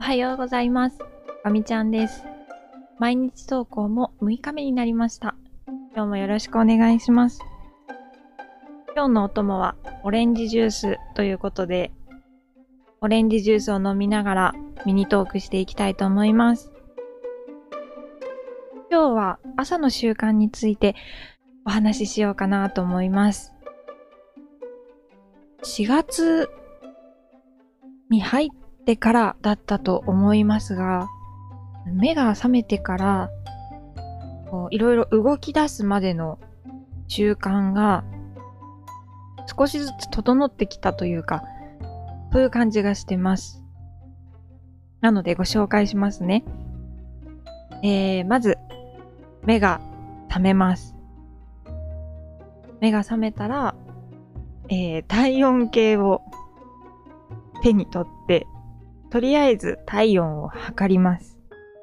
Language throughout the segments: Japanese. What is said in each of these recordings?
はようございます。ガミちゃんです。毎日投稿も6日目になりました。今日もよろしくお願いします。今日のお供はオレンジジュースということで、オレンジジュースを飲みながらミニトークしていきたいと思います。今日は朝の習慣についてお話ししようかなと思います。4月に入ってからだったと思いますが、目が覚めてからいろいろ動き出すまでの習慣が少しずつ整ってきたというか、そういう感じがしてます。なのでご紹介しますね。まず目が覚めます。目が覚めたら、体温計を手に取って、とりあえず体温を測ります。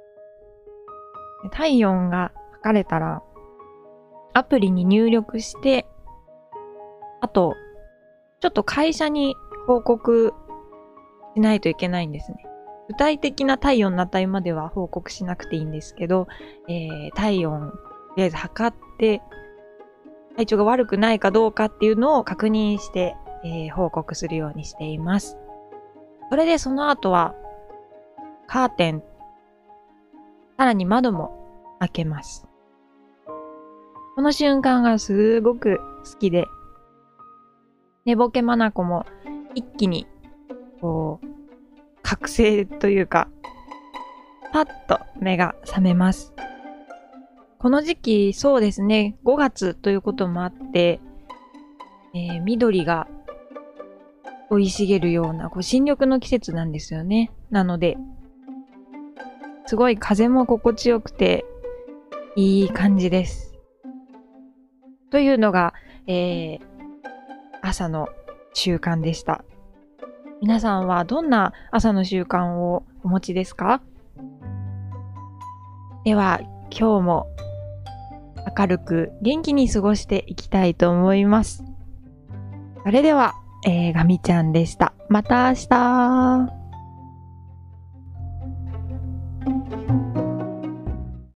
体温が測れたら、アプリに入力して、あと、ちょっと会社に報告しないといけないんですね。具体的な体温の値までは報告しなくていいんですけど、体温、とりあえず測って、体調が悪くないかどうかっていうのを確認して、報告するようにしています。それでその後は、カーテン、さらに窓も開けます。この瞬間がすごく好きで、寝ぼけまなこも一気に、覚醒というか、パッと目が覚めます。この時期、そうですね、5月ということもあって、緑が生い茂るような新緑の季節なんですよね。なので、すごい風も心地よくて、いい感じです。というのが、朝の習慣でした。皆さんはどんな朝の習慣をお持ちですか？では、今日も明るく元気に過ごしていきたいと思います。それでは、ガミちゃんでした。また明日。